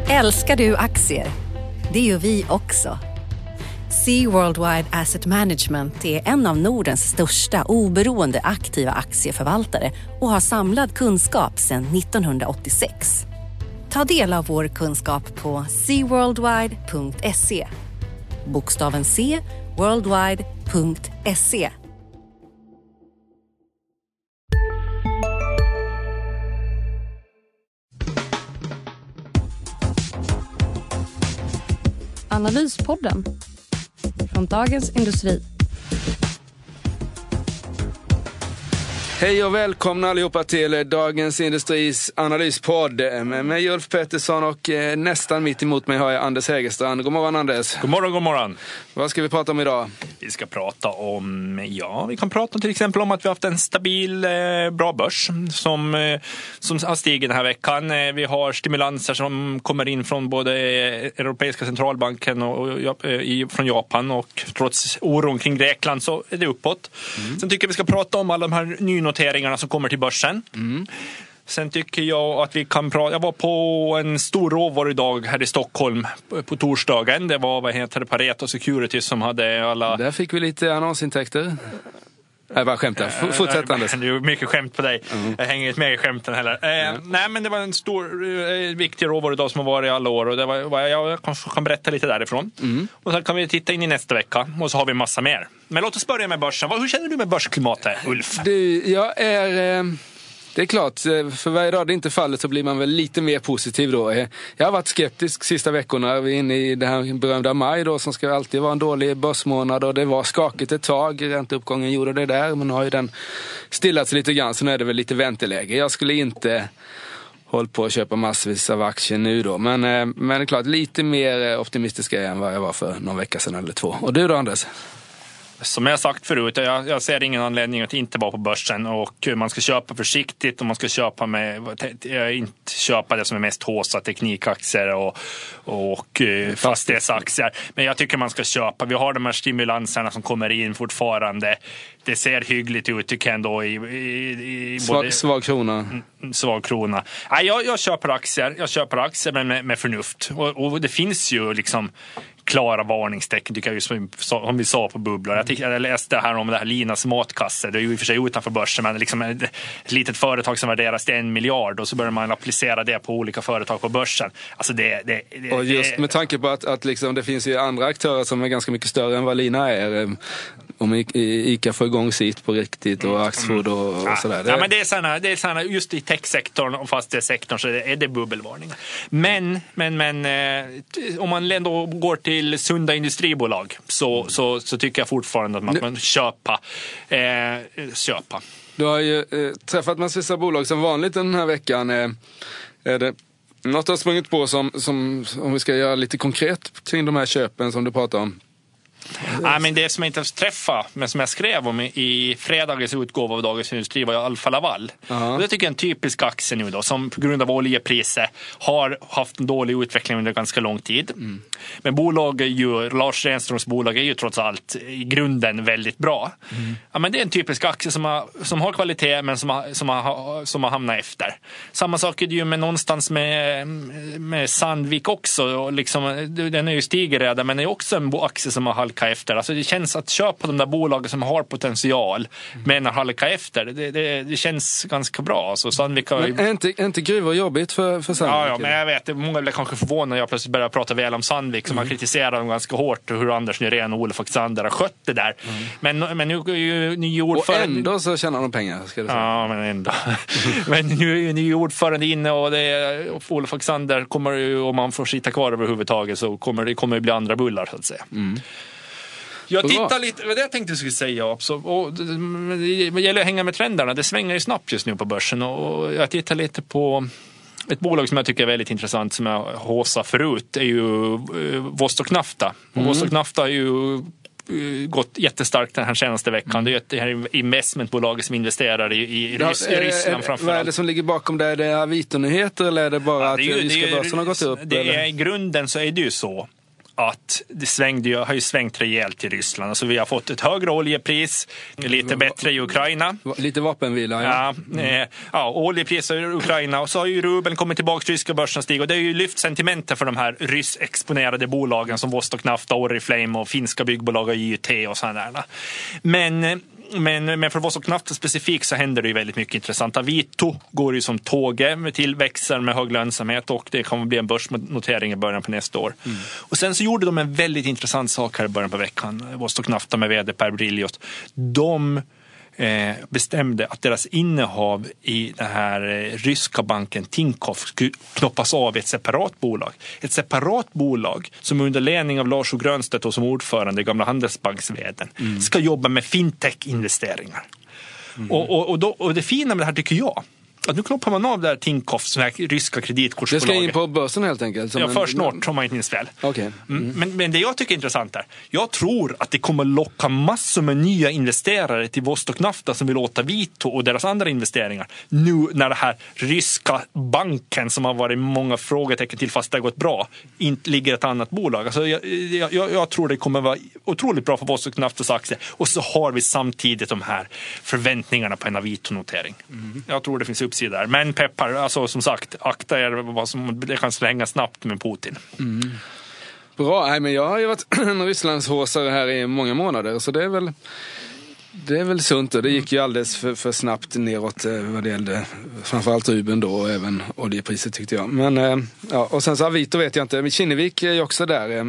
Älskar du aktier? Det gör vi också. Sea Worldwide Asset Management är en av Nordens största oberoende aktiva aktieförvaltare och har samlad kunskap sedan 1986. Ta del av vår kunskap på seaworldwide.se. Bokstaven C, worldwide.se. Analyspodden från Dagens Industri. Hej och välkomna allihopa till Dagens Industris analyspodd med mig Ulf Pettersson och nästan mitt emot mig har jag Anders Hägerstrand. God morgon Anders. God morgon, god morgon. Vad ska vi prata om idag? Vi ska prata om, vi kan prata till exempel om att vi har haft en stabil, bra börs som har stigit den här veckan. Vi har stimulanser som kommer in från både Europeiska centralbanken och från Japan, och trots oron kring Grekland så är det uppåt. Sen tycker jag vi ska prata om alla de här noteringarna som kommer till börsen. Sen tycker jag att vi kan prata. Jag var på en stor råvarudag här i Stockholm på torsdagen. Det var Pareto Security som hade alla. Där fick vi lite annonsintäkter. Jag bara skämtar. Fortsätt Anders. Det är mycket skämt på dig. Jag hänger inte med i skämten heller. Nej, men det var en stor, viktig råvarudag som har varit i alla år. Och det var, jag kanske kan berätta lite därifrån. Och sen kan vi titta in i nästa vecka. Och så har vi massa mer. Men låt oss börja med börsen. Hur känner du med börsklimatet, Ulf? Det är klart, för varje dag det inte faller så blir man väl lite mer positiv då. Jag har varit skeptisk sista veckorna. Vi är inne i det här berömda maj då, som ska alltid vara en dålig börsmånad, och det var skakigt ett tag. Ränteuppgången gjorde det där, men nu har ju den stillat sig lite grann, så nu är det väl lite vänteläge. Jag skulle inte hålla på att köpa massvis av aktier nu då, men det är klart lite mer optimistisk än vad jag var för någon vecka sedan eller två. Och du då Anders? Som jag sagt förut, jag ser ingen anledning att inte vara på börsen, och man ska köpa försiktigt och man ska inte köpa det som är mest håsa, teknikaktier och fastighetsaktier. Men jag tycker man ska köpa. Vi har de här stimulanserna som kommer in fortfarande. Det ser hyggligt ut tycker jag ändå i svag krona. Svag krona. Nej, jag köper aktier men med förnuft. Och det finns ju liksom klara varningstecken tycker jag, som vi sa på bubblor. Jag läste här om det här Linas matkasse. Det är ju i och för sig utanför börsen, men liksom ett litet företag som värderas till 1 miljard, och så börjar man applicera det på olika företag på börsen. Alltså och just med tanke på att liksom det finns ju andra aktörer som är ganska mycket större än vad Lina är. Om ICA får igång sitt på riktigt och Axfood och sådär. Ja, men det är såna, just i techsektorn och fastighetssektorn så är det bubbelvarningar. Men om man ändå går till sunda industribolag så tycker jag fortfarande att man kan köpa. Du har ju träffat massvis av bolag som vanligt den här veckan. Är det något har sprungit på som om vi ska göra lite konkret kring de här köpen som du pratar om? Ja, men det som jag inte träffade, men som jag skrev om i fredagens utgåva av Dagens Industri, var ju Alfa Laval. Och det tycker jag är en typisk aktie nu då, som på grund av oljepriser har haft en dålig utveckling under ganska lång tid. Men Lars Renströms bolag är ju trots allt i grunden väldigt bra. Ja, men det är en typisk aktie som har kvalitet, men som har hamnat efter. Samma sak är det ju med någonstans med Sandvik också. Och liksom, den är ju stiger redan, men det är också en aktie som har halkat efter. Alltså det känns att köpa de där bolagen som har potential men halka efter. Det känns ganska bra. Alltså Sandvik har... Men är inte gruvor jobbigt för Sandvik? Ja, men jag vet, många blir kanske förvånade när jag plötsligt börjar prata väl om Sandvik, som har kritiserat dem ganska hårt, hur Anders Nyrén och Olof Alexander har skött det där. Men nu är ju ny ordförande... Och ändå så tjänar de pengar, ska du säga. Ja, men ändå. Men nu är ju ny ordförande inne, och Olof Alexander kommer ju, om man får sitta kvar överhuvudtaget, så kommer det bli andra bullar så att säga. Jag tittar lite, vad jag tänkte jag skulle säga också, och det gäller att hänga med trenderna. Det svänger ju snabbt just nu på börsen, och jag tittar lite på ett bolag som jag tycker är väldigt intressant, som jag håsade förut, är ju Vostok Nafta. Vostok Nafta är ju gått jättestarkt den här senaste veckan. Det är det här investmentbolaget som investerar i Ryssland framförallt. Vad är det som ligger bakom det? Är det Avito-nyheter eller är det bara att ryska börsen har gått upp? I grunden så är det ju så att det har ju svängt rejält i Ryssland. Alltså vi har fått ett högre oljepris, lite bättre i Ukraina. Lite vapenvila, oljepriser i Ukraina. Och så har ju rubeln kommit tillbaka till ryska börsen stiga. Och det har ju lyft sentimentet för de här ryssexponerade bolagen som Vostok Nafta, Oriflame och finska byggbolag och IUT och sådana där. Men för Vostok Nafta specifikt så händer det ju väldigt mycket intressant. Avito går ju som tåget med tillväxter med hög lönsamhet och det kommer bli en börsnotering i början på nästa år. Och sen så gjorde de en väldigt intressant sak här i början på veckan. Vostok Nafta med vd Per Brilliot. De bestämde att deras innehav i den här ryska banken Tinkoff skulle knoppas av ett separat bolag. Ett separat bolag som under ledning av Lars O. Grönstedt och som ordförande i gamla Handelsbanksveden ska jobba med fintech-investeringar. Och det fina med det här tycker jag att nu knoppar man av där Tinkoff, som är ryska kreditkortsbolaget. Det ska in på börsen helt enkelt. Först snart, om man inte minns fel. Okay. Men det jag tycker är intressant är, jag tror att det kommer locka massor med nya investerare till Vostok Nafta som vill åta Avito och deras andra investeringar. Nu när det här ryska banken som har varit många frågetecken till fast det har gått bra, inte ligger ett annat bolag. Alltså jag tror det kommer vara otroligt bra för Vostok Naftas aktier. Och så har vi samtidigt de här förväntningarna på en Avito-notering. Jag tror det finns där. Men peppar, alltså som sagt, akta er vad som det kan slänga snabbt med Putin. Bra, nej, men jag har ju varit en Rysslandshåsare här i många månader, så det är väl sunt. Och det gick ju alldeles för snabbt neråt vad det gällde framförallt rubeln då och även oljepriset tyckte jag. Men och sen så Avito vet jag inte. Kinnevik är ju också där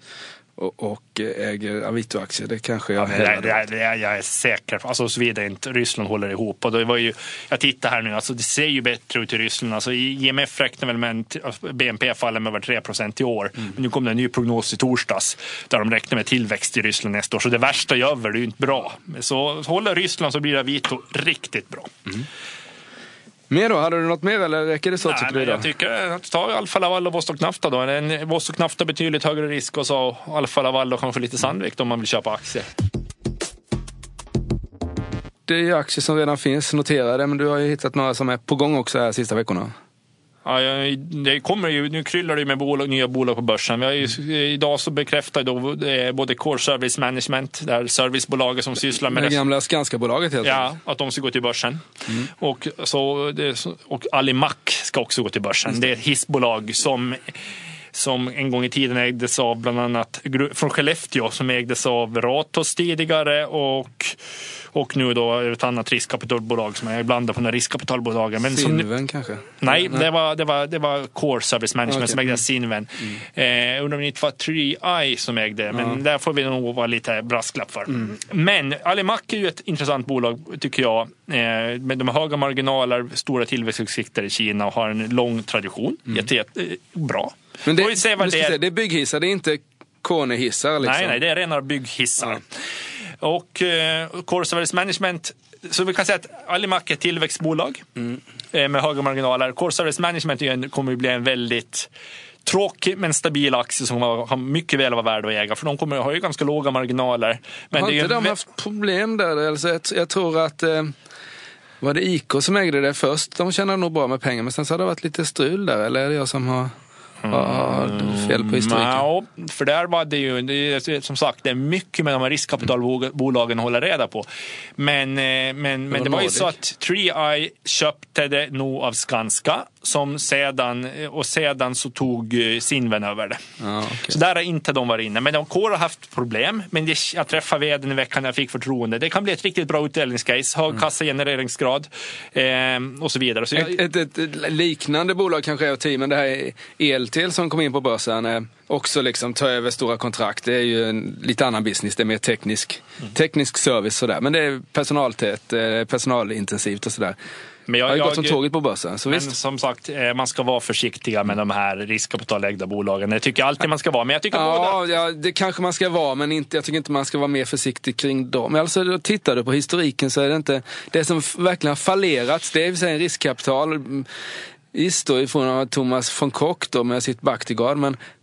och äger Avito-aktier. Det kanske jag jag är säker. Alltså såvida inte Ryssland håller ihop. Och det var ju, jag tittar här nu, alltså det ser ju bättre ut i Ryssland. Alltså IMF räknar väl med BNP faller med över 3% i år. Men nu kom det en ny prognos i torsdags där de räknar med tillväxt i Ryssland nästa år. Så det värsta gör det är ju inte bra. Så håller Ryssland så blir Avito riktigt bra. Mer då? Hade du något mer eller räcker det så? Nej, tycker du jag tycker att ta Alfa Laval och Vostok Nafta då. En Vostok Nafta betydligt högre risk och så Alfa Laval och kanske lite Sandvik om man vill köpa aktier. Det är ju aktier som redan finns noterade, men du har ju hittat några som är på gång också här sista veckorna. Ja, det kommer ju, nu kryllar det med nya bolag på börsen. Vi har ju, idag så bekräftar då både Core Service Management, där servicebolaget som sysslar med det gamla Skanska-bolaget helt enkelt. Ja, att de ska gå till börsen. Och Alimak ska också gå till börsen. Det är ett hissbolag som en gång i tiden ägdes av bland annat från Skellefteå som ägdes av Ratos tidigare och nu då ett annat riskkapitalbolag som är blandad på några riskkapitalbolagen. Men Sinven kanske? Nej, det var Core Service Management som ägde Sinven. Undrar om det inte var 3i som ägde, men där får vi nog vara lite brasklapp för. Men Alimak är ju ett intressant bolag tycker jag, med de höga marginaler, stora tillväxtutsikter i Kina och har en lång tradition. Jättebra. Men det är bygghissar, det är inte Kone-hissar liksom. Nej, det är rena bygghissar. Och Core Service Management, så vi kan säga att Alimak är ett tillväxtbolag med höga marginaler. Core Service Management kommer att bli en väldigt tråkig men stabil aktie som har mycket väl vara värd att äga, för de har ju ganska låga marginaler. Men har inte de haft problem där? Alltså, jag tror att var det IK som ägde det först? De tjänar nog bra med pengar, men sen så har det varit lite strul där, eller är det jag som har fel på historiken? Ja, för där var det ju som sagt, det är mycket med de här riskkapitalbolagen att hålla reda på. Men det var ju så att 3i köpte det nog av Skanska som sedan så tog Sinven över det. Okay. Så där har inte de varit inne. Men de har haft problem. Men jag träffade vdn i veckan när jag fick förtroende. Det kan bli ett riktigt bra utdelningscase. Hög kassagenereringsgrad och så vidare. Så ett liknande bolag kanske är av teamen. Det här är Eltel som kom in på börsen. Också liksom ta över stora kontrakt. Det är ju en lite annan business. Det är mer teknisk service sådär. Men det är personaltät, personalintensivt och sådär. Men jag har gått som tåget på börsen. Så men visst. Som sagt, man ska vara försiktiga med de här riskkapitalägda bolagen. Det tycker jag alltid man ska vara. Men jag tycker ja, det kanske man ska vara, men jag tycker inte man ska vara mer försiktig kring dem. Men alltså, tittar du på historiken så är det inte det som verkligen har fallerats. Det är ju en riskkapital. Just då ifrån Thomas von Koch då med sitt Bactiguard, men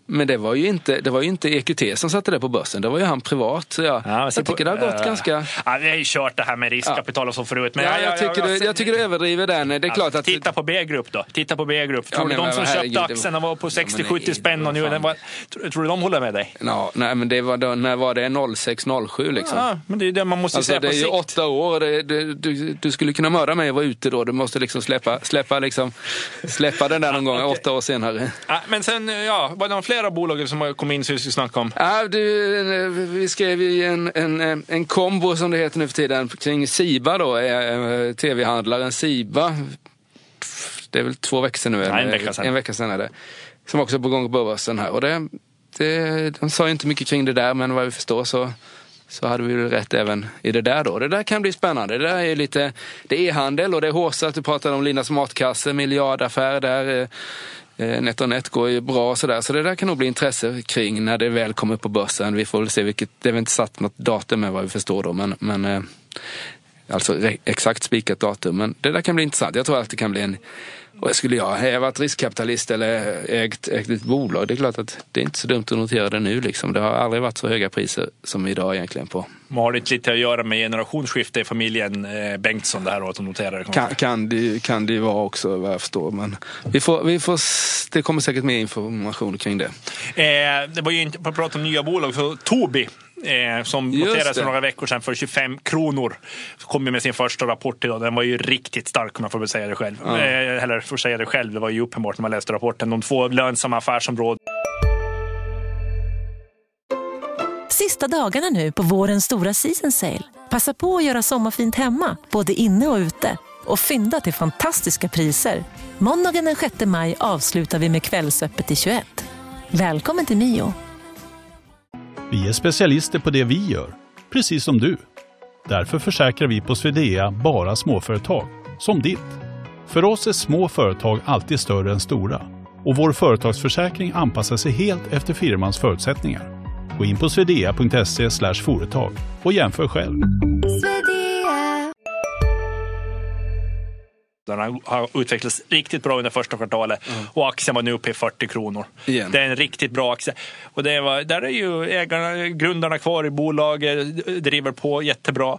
Men det var ju inte EQT som satte det på börsen. Det var ju han privat. Så jag tycker det har gått ganska... Ja, vi har ju kört det här med riskkapital och så förut. Men jag tycker du överdriver den. Det är klart att... Titta på B-grupp då. Tror du de som köpte aktierna var på 60-70 spänn och nu tror du de håller med dig? Nej, men det var då, när var det 06-07 liksom? Ja, men det är det man måste säga på sikt. Det är ju 8 år. Du skulle kunna mörda mig och vara ute då. Du måste liksom släppa den där någon gång 8 år senare. Ja, men sen, var det flera bolag som har kommit in så vi ska snacka om? Ja, vi skrev ju en kombo som det heter nu för tiden kring Siba då, tv-handlaren Siba. Det är väl 2 veckor sedan nu. En vecka sedan är det. Som också är på gång på börsen här. Och de sa ju inte mycket kring det där, men vad vi förstår så hade vi väl rätt även i det där då. Det där kan bli spännande. Det där är lite, det är handel och det är hårsat. Du pratade om Linas matkasse, miljardaffär där. NetOnNet går ju bra sådär. Så det där kan nog bli intresse kring när det väl kommer upp på börsen. Vi får väl se det är väl inte satt något datum med vad vi förstår då. Men alltså exakt spikat datum. Men det där kan bli intressant. Jag tror att det kan bli och skulle jag varit riskkapitalist eller ägt ett bolag, det är klart att det är inte så dumt att notera det nu liksom. Det har aldrig varit så höga priser som idag egentligen på. Har det inte lite att göra med generationsskifte i familjen Bengtsson det här året att notera det? Kan det ju vara också vad jag förstår, men vi får det kommer säkert mer information kring det. Det var ju inte på att prata om nya bolag, så Tobii som noterades för några veckor sedan för 25 kronor. Så kom ju med sin första rapport idag. Den var ju riktigt stark om man får säga det själv. Eller får säga det själv, det var ju uppenbart när man läste rapporten. De 2 lönsamma affärsområden. Sista dagarna nu på vårens stora season sale. Passa på att göra sommarfint hemma, både inne och ute. Och fynda till fantastiska priser. Måndagen den 6 maj avslutar vi med kvällsöppet i 21. Välkommen till Mio. Vi är specialister på det vi gör, precis som du. Därför försäkrar vi på Swedea bara småföretag, som ditt. För oss är små företag alltid större än stora. Och vår företagsförsäkring anpassar sig helt efter firmans förutsättningar. Gå in på swedea.se/företag och jämför själv. Den har utvecklats riktigt bra under första kvartalet och aktien var nu uppe i 40 kronor. Det är en riktigt bra aktie. Och där är ju grundarna kvar i bolaget, driver på jättebra.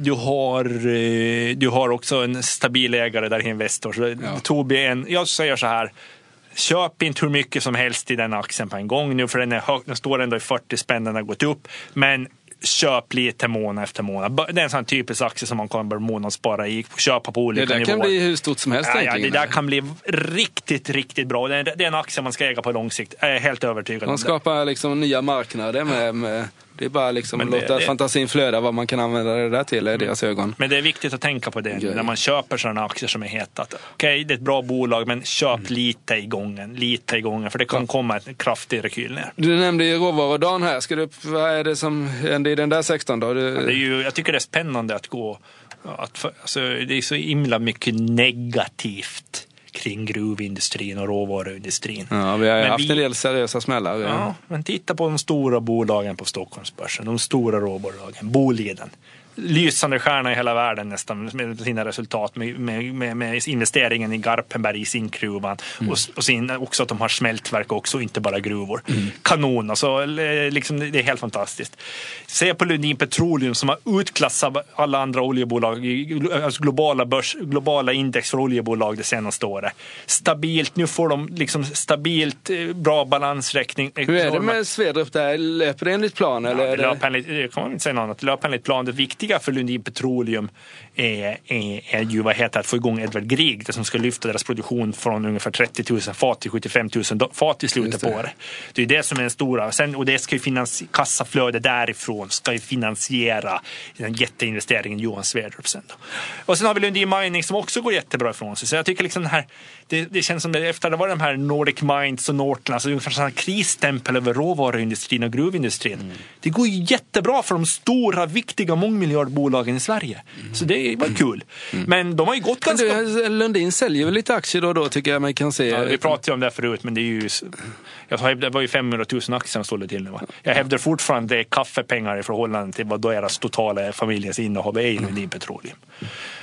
Du har också en stabil ägare där i Investor. Så Tobii jag säger så här, köp inte hur mycket som helst i den aktien på en gång nu, för den står ändå i 40 spänn, den har gått upp, men köp lite månad efter månad. Det är en sån typisk aktie som man kan börja månadsspara i, köpa på olika nivåer. Det där kan bli hur stort som helst det där kan bli riktigt, riktigt bra. Det är en aktie man ska äga på lång sikt. Jag är helt övertygad om det. De skapar liksom nya marknader med det är bara liksom att låta fantasin flöda vad man kan använda det där till i deras ögon. Men det är viktigt att tänka på det när man köper sådana aktier som är heta. Okej, det är ett bra bolag, men köp lite i gången, för det kan komma en kraftig rekyl ner. Du nämnde ju råvarudagen här. Vad är det som händer i den där 16 då? Jag tycker det är spännande att gå alltså, det är så himla mycket negativt kring gruvindustrin och råvaruindustrin. Ja, vi har haft en del seriösa smällar. Ja, men titta på de stora bolagen på Stockholmsbörsen. De stora råvarubolagen. Boliden. Lysande stjärna i hela världen nästan med sina resultat med investeringen i Garpenberg i sin gruvan och också att de har smältverk också, inte bara gruvor. Kanon, alltså, liksom, det är helt fantastiskt. Se på Lundin Petroleum som har utklassat alla andra oljebolag, alltså globala index för oljebolag det senaste året. Stabilt, nu får de liksom stabilt bra balansräkning. Hur är det med Svedrup där? Löper det enligt plan? Eller det kan man inte säga något annat. Löper enligt plan. Det viktiga för Lundin Petroleum är ju att få igång Edvard Grieg, det som ska lyfta deras produktion från ungefär 30 000 fat till 75 000 fat i slutet på året. Det är det som är den stora. Och det ska ju kassaflöde därifrån ska ju finansiera den jätteinvesteringen Johan Svedrup sen då. Och sen har vi Lundin Mining som också går jättebra ifrån sig. Så jag tycker liksom det känns som det efter det var de här Nordic Mines och Northland, alltså ungefär sån här krisstämpel över råvaruindustrin och gruvindustrin. Det går ju jättebra för de stora, viktiga mångmiljardbolagen i Sverige. Så det var kul. Men de har ju gått ganska... Lundin säljer väl lite aktier då tycker jag man kan se. Ja, vi pratade ju om det förut, men det är ju... Det var ju 500 000 aktier som stod det till nu. Va? Jag hävdar fortfarande det är kaffepengar i förhållande till vad då deras totala familjens innehav är i Lundin Petroleum.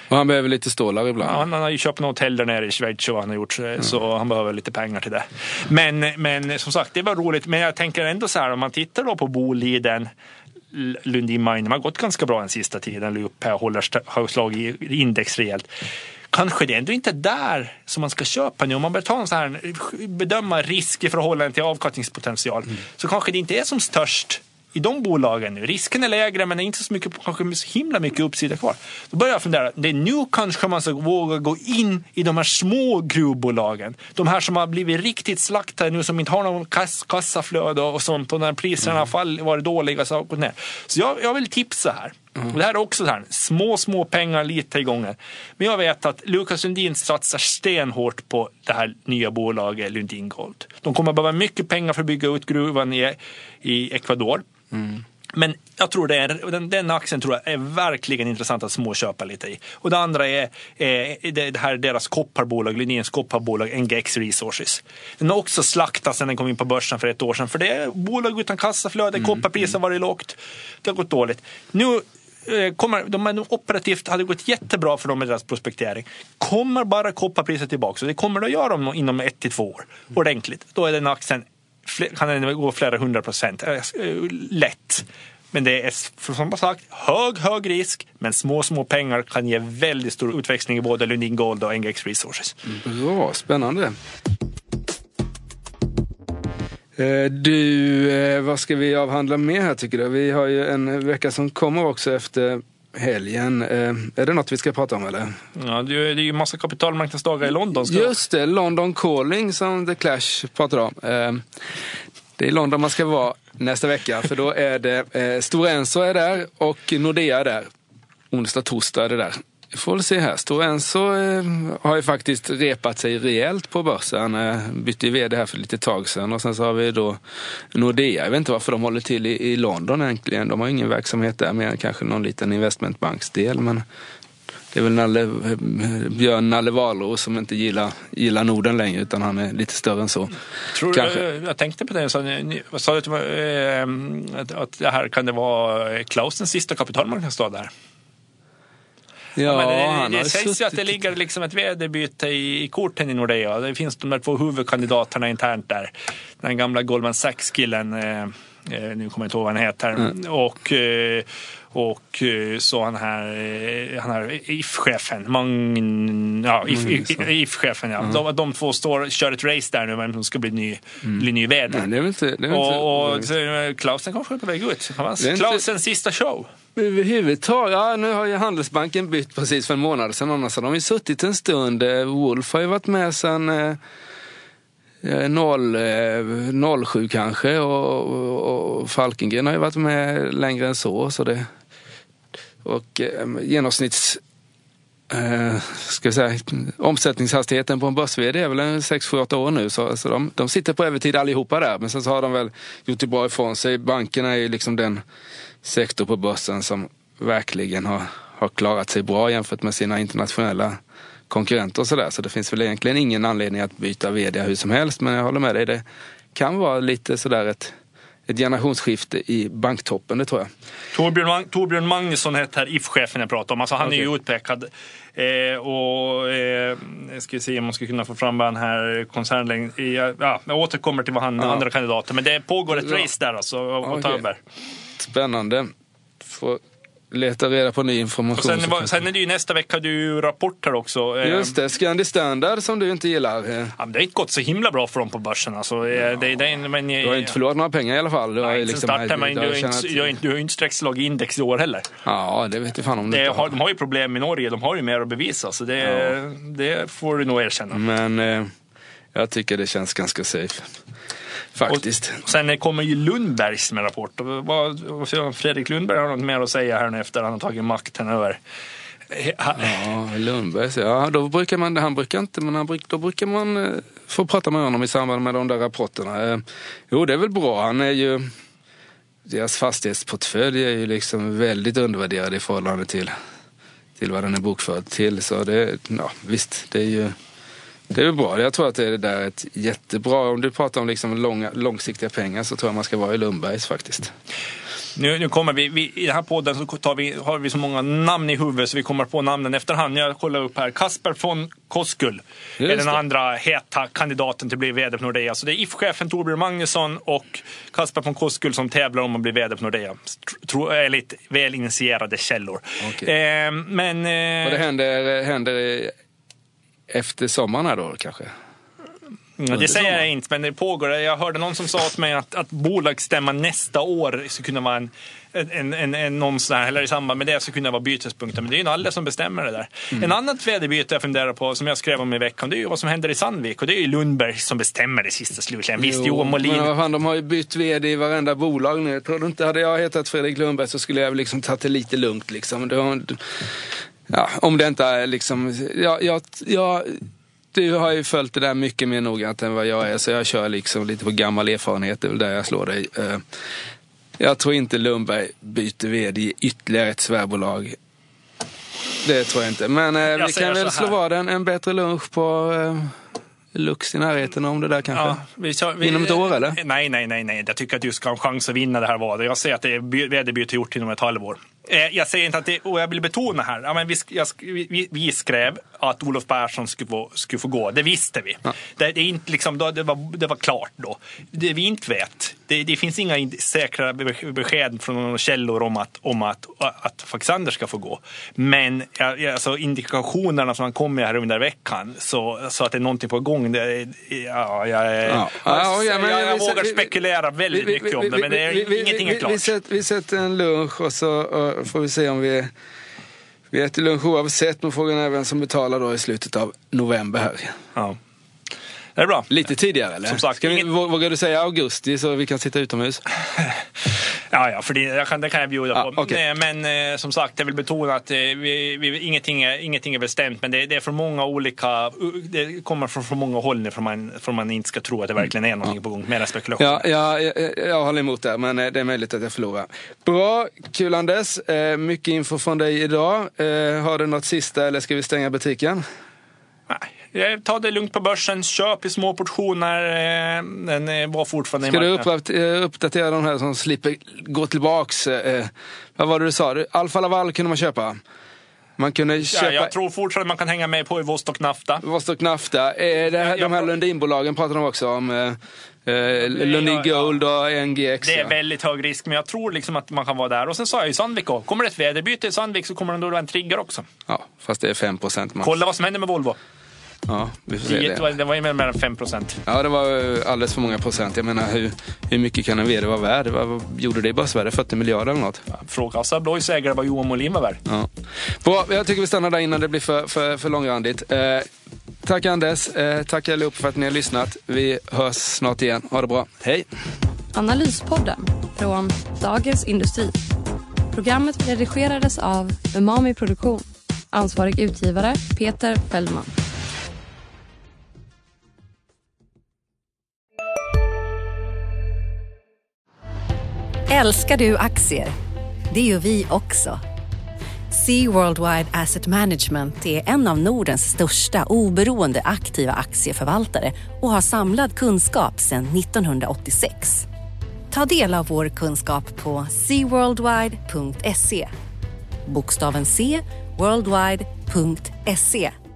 Och han behöver lite stålar ibland. Ja, han har ju köpt något hotell där nere i Schweiz och han har gjort så han behöver lite pengar till det. Men som sagt, det var roligt. Men jag tänker ändå så här, om man tittar då på Boliden, Lundin Mining har gått ganska bra den sista tiden. Upp här har slagit index rejält. Kanske det är ändå inte där som man ska köpa nu. Om man börjar ta en så här, bedöma risk i förhållande till avkastningspotential, så kanske det inte är som störst i de bolagen nu. Risken är lägre, men det är inte så mycket, kanske så himla mycket uppsida kvar. Då börjar jag fundera, det är nu kanske man ska våga gå in i de här små gruvbolagen. De här som har blivit riktigt slaktade nu, som inte har någon kassaflöde och sånt, och när priserna har varit dåliga så har gått ner. Så jag vill tipsa här. Och det här är också så här, små pengar lite i gången. Men jag vet att Lukas Lundin satsar stenhårt på det här nya bolaget Lundin Gold. De kommer att behöva mycket pengar för att bygga ut gruvan i Ecuador. Men jag tror den aktien tror jag är verkligen intressant att småköpa lite i. Och det andra är det här deras kopparbolag, Lundins kopparbolag NGX Resources. Den har också slaktats sedan den kom in på börsen för ett år sedan. För det är bolag utan kassaflöde, kopparpriset har varit lågt. Det har gått dåligt. Nu de operativt hade gått jättebra för dem med deras prospektering. Kommer bara kopparpriset tillbaka, så det kommer att göra inom 1-2 år ordentligt. Då är den aktien kan den gå flera 100% lätt. Men det är som sagt hög risk, men små pengar kan ge väldigt stor utväxling i både Lundin Gold och NGX Resources. Bra, spännande. Du, vad ska vi avhandla med här tycker du? Vi har ju en vecka som kommer också efter helgen. Är det något vi ska prata om eller? Ja, det är ju massa kapitalmarknadsdagar i London. Just det, London Calling som The Clash pratar om. Det är London man ska vara nästa vecka, för då är det Stora Enso är där och Nordea är där. Onsdag, torsdag är det där. Vi får väl se här. Stora Enso har ju faktiskt repat sig rejält på börsen. Bytte ju vd här för lite tag sedan. Och sen så har vi då Nordea. Jag vet inte varför de håller till i London egentligen. De har ingen verksamhet där, mer än kanske någon liten investmentbanksdel. Men det är väl Björn Nalle Wahlroos som inte gillar Norden längre, utan han är lite större än så. Jag tänkte på det. Vad sa du till mig, att det här kan det vara Klausens sista kapitalmarknadsdag där? Ja, men det sägs ju att det ligger liksom ett vd-byte i korten i Nordea. Det finns de där 2 huvudkandidaterna internt där. Den gamla Goldman Sachs-killen, nu kommer jag inte ihåg vad han heter, och så han här IF-chefen, IF-chefen, ja. De 2 kör ett race där nu, men de ska bli ny vd. Nej, det är inte, och Klausen kanske är på väg ut. Klausens sista show. Överhuvudtaget, ja, nu har ju Handelsbanken bytt precis för en månad sedan, annars har de ju suttit en stund. Wolf har ju varit med sedan 07 kanske, och Falkengren har ju varit med längre än så det, och genomsnitts ska jag säga, omsättningshastigheten på en börs-vd är väl 6-7-8 år nu, så de sitter på övertid allihopa där, men sen så har de väl gjort det bra ifrån sig. Bankerna är ju liksom den sektor på börsen som verkligen har klarat sig bra jämfört med sina internationella konkurrenter och sådär, så det finns väl egentligen ingen anledning att byta vd hur som helst, men jag håller med dig, det kan vara lite sådär ett generationsskifte i banktoppen, det tror jag. Torbjörn Magnusson heter IF-chefen jag pratar om. Alltså han är ju utpekad. Ska vi se om man ska kunna få fram den här koncernlängd. Jag återkommer till vad andra kandidater. Men det pågår ett race där alltså. Och ta över. Spännande. Får leta reda på ny information. Och sen är det ju nästa vecka du rapporter också. Just det, Scandi Standard som du inte gillar. Ja, men det har inte gått så himla bra för dem på börsen. Alltså, du har inte förlorat några pengar i alla fall. Du har ju inte sträckslag i index i år heller. Ja, det vet jag fan om de har ju problem i Norge, de har ju mer att bevisa. Så det får du nog erkänna. Men jag tycker det känns ganska safe. Faktiskt. Och sen kommer ju Lundbergs med rapport. Fredrik Lundberg har något mer att säga här nu efter att han har tagit makten över. Ja, Lundbergs. Ja, då brukar man, han brukar inte, men då brukar man få prata med honom i samband med de där rapporterna. Jo, det är väl bra. Han är ju, deras fastighetsportfölj är ju liksom väldigt undervärderad i förhållande till vad den är bokförd till. Så det, ja, visst, det är ju bra. Jag tror att det där är ett jättebra, om du pratar om liksom långsiktiga pengar, så tror jag man ska vara i Lundbergs faktiskt. Nu kommer vi i den här podden så har vi så många namn i huvudet så vi kommer på namnen efterhand. Jag kollar upp här. Kasper von Koskull är den andra heta kandidaten till att bli vd på Nordea. Så det är IF-chefen Torbjörn Magnusson och Kasper von Koskull som tävlar om att bli vd på Nordea. Är lite väl initierade källor. Okay. Men och det händer efter sommaren här då kanske? Ja, det säger jag inte, men det pågår. Jag hörde någon som sa åt mig att bolagsstämman nästa år skulle kunna vara någon sån här, eller i samband med det så kunna vara bytespunkter, men det är ju alla som bestämmer det där. En annat vd-byte jag funderar på, som jag skrev om i veckan, det är ju vad som händer i Sandvik, och det är ju Lundberg som bestämmer det sista slutligen. Visst, Johan Molin. Men vad fan, de har ju bytt vd i varenda bolag nu. Tror du inte, hade jag hetat Fredrik Lundberg så skulle jag liksom tagit det lite lugnt liksom. Ja, om det inte är liksom... Du har ju följt det där mycket mer noggrant än vad jag är, så jag kör liksom lite på gammal erfarenhet, det är väl där jag slår dig. Jag tror inte Lundberg byter vd i ytterligare ett svärbolag. Det tror jag inte. Men vi kan väl slå vad en bättre lunch på Lux i närheten om det där kanske. Ja, inom ett år eller? Nej. Jag tycker att du ska ha en chans att vinna det här valet. Jag säger att det är vd-byte gjort inom ett halvår. Jag säger inte att det, och jag vill betona här, ja, men vi skrev att Olof Persson skulle få gå. Det visste vi. Ja. Det är inte liksom, det var klart då. Det vi inte vet, det finns inga säkra besked från några källor om att faktiskt Anders ska få gå. Men alltså, indikationerna som kom med här under veckan så att det är någonting på gång. Jag vågar spekulera väldigt mycket om det, men det är ingenting är klart. Vi sätter en lunch och så får vi se om vi äter lunch oavsett, men frågan är vem som betalar då i slutet av november här. Ja. Det är bra. Lite tidigare eller? Som sagt, vågar du säga augusti så vi kan sitta utomhus? Ja, för det kan jag bjuda på. Okay. Men som sagt, jag vill betona att ingenting är bestämt, men det är från många olika, det kommer från många håll nu för man inte ska tro att det verkligen är någonting på gång, mer spekulation. Jag håller emot det, men det är möjligt att jag förlorar. Bra, kul Anders. Mycket info från dig idag. Har du något sista eller ska vi stänga butiken? Nej. Ta det lugnt på börsen, köp i små portioner. Den var fortfarande i marknaden. Ska du uppdatera de här som slipper gå tillbaks? Vad var det du sa? Alfa Laval kunde man köpa. Man kunde köpa... jag tror fortfarande man kan hänga med på i Vostok Nafta. De här Lundinbolagen pratar de också om. Lundin Gold och NGX. Det är väldigt hög risk, men jag tror liksom att man kan vara där. Och sen sa jag ju Sandvik då. Kommer det ett väderbyte i Sandvik så kommer det då en trigger också. Ja, fast det är 5% max. Kolla vad som händer med Volvo. Ja, vi får se det. Det var ju mer än 5%. Ja, det var alldeles för många procent. Jag menar, hur mycket kan en vd vara värd? Vad gjorde det i börsvärde? 40 miljarder eller något? Fråga Assa Abloys ägare vad Johan Molin var värd. Ja. Bra, jag tycker vi stannar där innan det blir för långrandigt. Tack Anders, tack allihop för att ni har lyssnat. Vi hörs snart igen. Ha det bra, hej! Analyspodden från Dagens Industri. Programmet redigerades av Umami Produktion. Ansvarig utgivare Peter Fällman. Älskar du aktier? Det gör vi också. Sea Worldwide Asset Management är en av Nordens största oberoende aktiva aktieförvaltare och har samlad kunskap sedan 1986. Ta del av vår kunskap på seaworldwide.se. Bokstaven C, worldwide.se.